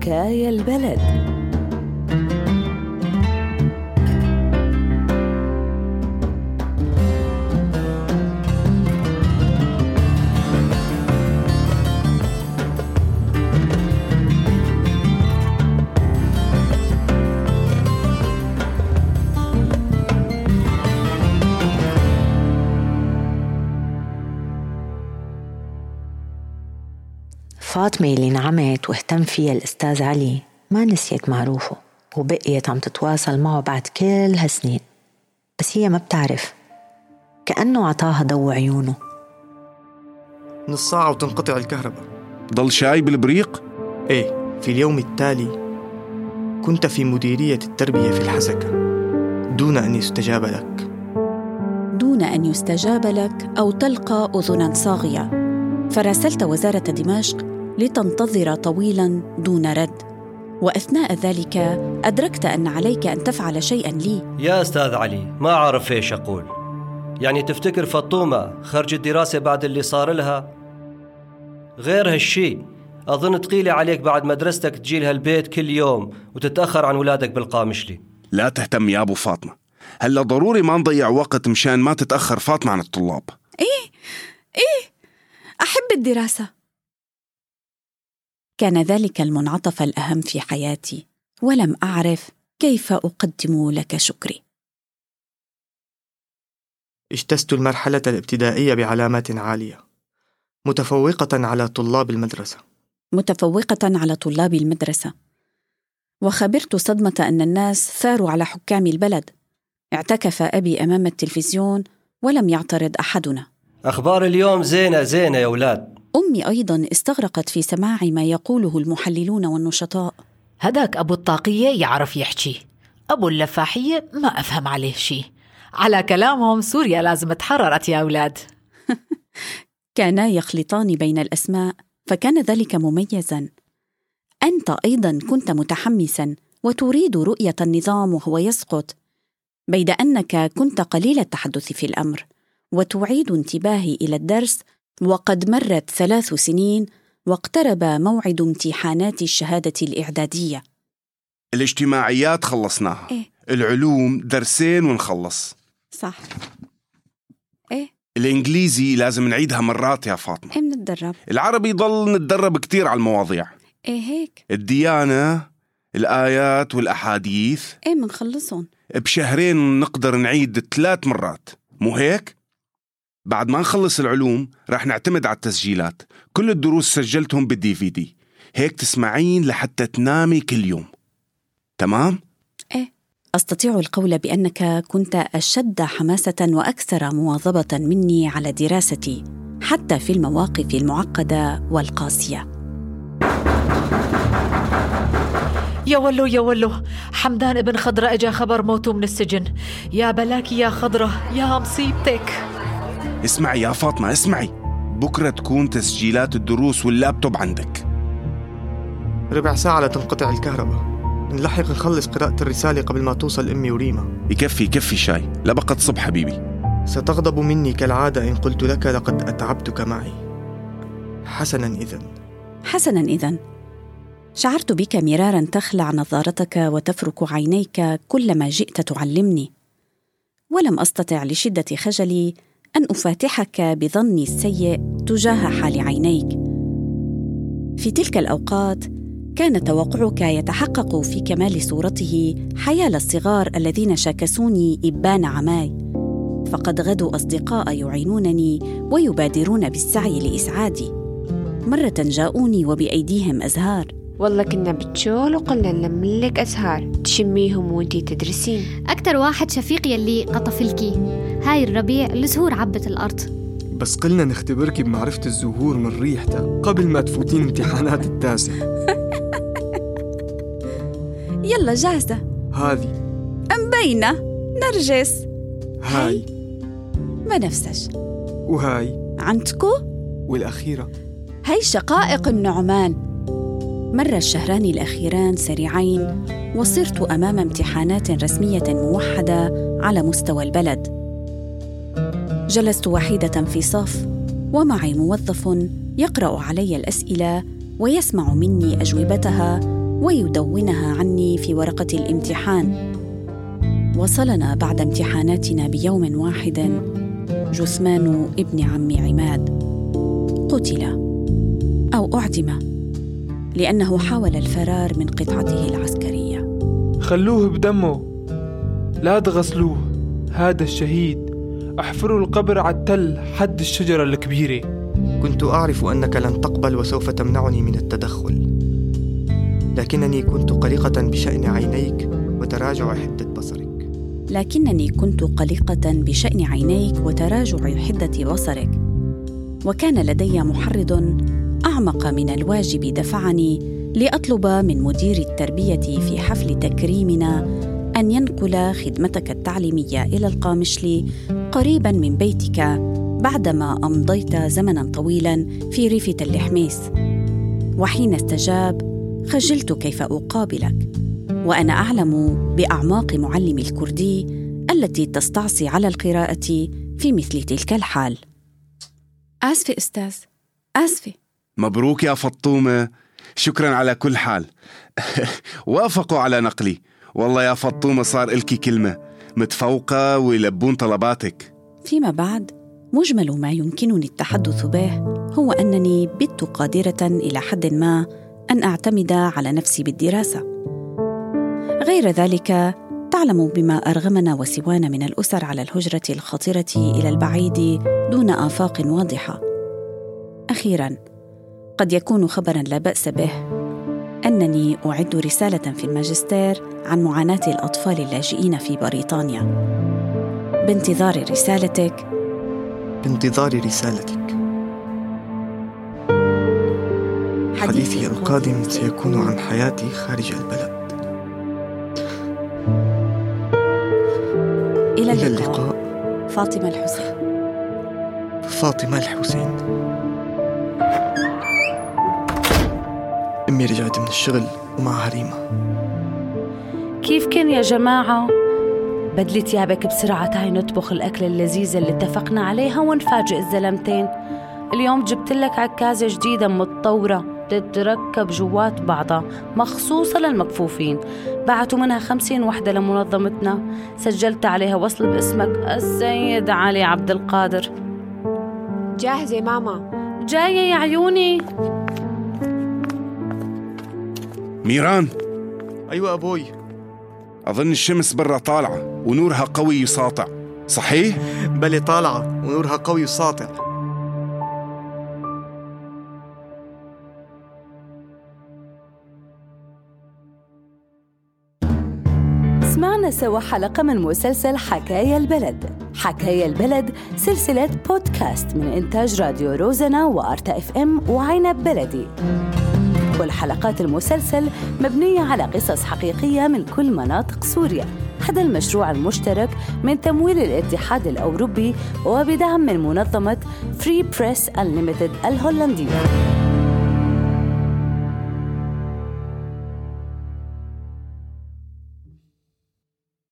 حكاية البلد. فاطمة اللي نعمت واهتم فيها الأستاذ علي ما نسيت معروفه، وبقيت عم تتواصل معه بعد كل هالسنين، بس هي ما بتعرف، كأنه عطاها ضوء عيونه. نص ساعة وتنقطع الكهرباء. ضل شاي بالبريق؟ إيه، في اليوم التالي كنت في مديرية التربية في الحسكة دون أن يستجاب لك. دون أن يستجاب لك أو تلقى أذنا صاغية، فراسلت وزارة دمشق لتنتظر طويلاً دون رد، وأثناء ذلك أدركت أن عليك أن تفعل شيئاً لي. يا أستاذ علي، ما أعرف إيش أقول. يعني تفتكر فطومة خرج الدراسة بعد اللي صار لها؟ غير هالشي أظن تقيلة عليك بعد مدرستك تجي لها البيت كل يوم وتتأخر عن ولادك بالقامشلي. لا تهتم يا أبو فاطمة، هلا ضروري ما نضيع وقت مشان ما تتأخر فاطمة عن الطلاب. إيه أحب الدراسة. كان ذلك المنعطف الأهم في حياتي، ولم أعرف كيف أقدم لك شكري. اجتزت المرحلة الابتدائية بعلامات عالية، متفوقة على طلاب المدرسة. وخبرت صدمة أن الناس ثاروا على حكام البلد. اعتكف أبي أمام التلفزيون ولم يعترض أحدنا. أخبار اليوم زينة يا أولاد. أمي أيضا استغرقت في سماع ما يقوله المحللون والنشطاء. هداك أبو الطاقية يعرف يحكي، أبو اللفاحية ما أفهم عليه شيء. على كلامهم سوريا لازم تحررت يا أولاد. كانا يخلطان بين الأسماء، فكان ذلك مميزا. أنت أيضا كنت متحمسا وتريد رؤية النظام وهو يسقط، بيد أنك كنت قليل التحدث في الأمر وتعيد انتباهي إلى الدرس. وقد مرت 3 سنين واقترب موعد امتحانات الشهادة الإعدادية. الاجتماعيات خلصناها. العلوم 2 درس ونخلص. صح. الإنجليزي لازم نعيدها مرات يا فاطمة. بنتدرب. العربي ضل نتدرب كتير على المواضيع. هيك. الديانة، الآيات والأحاديث منخلصهم ب2 نقدر نعيد 3 مرات، مو هيك؟ بعد ما نخلص العلوم رح نعتمد على التسجيلات. كل الدروس سجلتهم بالDVD، هيك تسمعين لحتى تنامي كل يوم. تمام؟ أستطيع القول بأنك كنت أشد حماسة وأكثر مواظبة مني على دراستي، حتى في المواقف المعقدة والقاسية. يا ولو حمدان ابن خضرة اجا خبر موته من السجن. يا بلاكي يا خضرة، يا مصيبتك. اسمعي يا فاطمة، اسمعي، بكرة تكون تسجيلات الدروس واللابتوب عندك. 1/4 ساعة لتنقطع الكهرباء، نلحق نخلص قراءة الرسالة قبل ما توصل أمي وريما. يكفي شاي، لبقت صبح حبيبي. ستغضب مني كالعادة إن قلت لك لقد أتعبتك معي. حسنا إذن. شعرت بك مرارا تخلع نظارتك وتفرك عينيك كلما جئت تعلمني، ولم أستطع لشدة خجلي أن أفاتحك بظني السيء تجاه حال عينيك. في تلك الأوقات كان توقعك يتحقق في كمال صورته حيال الصغار الذين شاكسوني إبان عماي، فقد غدوا أصدقاء يعينونني ويبادرون بالسعي لإسعادي. مرة جاءوني وبأيديهم أزهار. والله كنا بتشول وقلنا نلملك أزهار تشميهم وانتي تدرسين. أكتر واحد شفيق يلي قطفلكي هاي الربيع الزهور عبت الأرض، بس قلنا نختبرك بمعرفة الزهور من ريحتها قبل ما تفوتين امتحانات التاسع. يلا جاهزة. هذه مبينة. نرجس. هاي بنفسج. وهاي عندكو. والأخيرة هاي شقائق النعمان. مر الشهران الأخيران سريعين وصرت أمام امتحانات رسمية موحدة على مستوى البلد. جلست وحيدة في صف ومعي موظف يقرأ علي الأسئلة ويسمع مني أجوبتها ويدونها عني في ورقة الامتحان. وصلنا بعد امتحاناتنا بيوم واحد جثمان ابن عمي عماد، قتل أو أعدم لأنه حاول الفرار من قطعته العسكرية. خلوه بدمه، لا تغسلوه، هذا الشهيد. احفروا القبر على التل حد الشجرة الكبيرة. كنت أعرف أنك لن تقبل وسوف تمنعني من التدخل، لكنني كنت قلقة بشأن عينيك وتراجع حدة بصرك. وكان لدي محرض أعمق من الواجب دفعني لأطلب من مدير التربية في حفل تكريمنا أن ينقل خدمتك التعليمية إلى القامشلي قريباً من بيتك بعدما أمضيت زمناً طويلاً في ريف تل حميس. وحين استجاب خجلت كيف أقابلك، وأنا أعلم بأعماق معلم الكردي التي تستعصي على القراءة في مثل تلك الحال. آسفة أستاذ، آسفة. مبروك يا فطومة، شكراً على كل حال. وافقوا على نقلي. والله يا فطومة صار إلكي كلمة، متفوقة ويلبون طلباتك. فيما بعد مجمل ما يمكنني التحدث به هو أنني بت قادرة إلى حد ما أن أعتمد على نفسي بالدراسة. غير ذلك تعلم بما أرغمنا وسوانا من الأسر على الهجرة الخطيرة إلى البعيد دون آفاق واضحة. أخيراً، قد يكون خبراً لا بأس به أنني أعد رسالة في الماجستير عن معاناة الأطفال اللاجئين في بريطانيا. بانتظار رسالتك. حديثي القادم سيكون عن حياتي خارج البلد. إلى اللقاء. فاطمة الحسين. أمي رجعت من الشغل ومعها ريما. كيف كان يا جماعة؟ بدلي ثيابك بسرعة، تعي نطبخ الأكل اللذيذة اللي اتفقنا عليها ونفاجئ الزلمتين. اليوم جبت لك عكازة جديدة متطورة تتركب جوات بعضها مخصوصة للمكفوفين، بعتوا منها 50 وحدة لمنظمتنا، سجلت عليها وصل باسمك السيد علي عبد القادر. جاهزة ماما؟ جاية يا عيوني. ميران. أيوة أبوي. أظن الشمس برا طالعة ونورها قوي وساطع، صحيح؟ بلي طالعة ونورها قوي وساطع. سمعنا سوا حلقة من مسلسل حكاية البلد. حكاية البلد سلسلة بودكاست من إنتاج راديو روزنا وأرتا FM وعنب بلدي. كل حلقات المسلسل مبنية على قصص حقيقية من كل مناطق سوريا. هذا المشروع المشترك من تمويل الاتحاد الأوروبي وبدعم من منظمة Free Press Unlimited الهولندية.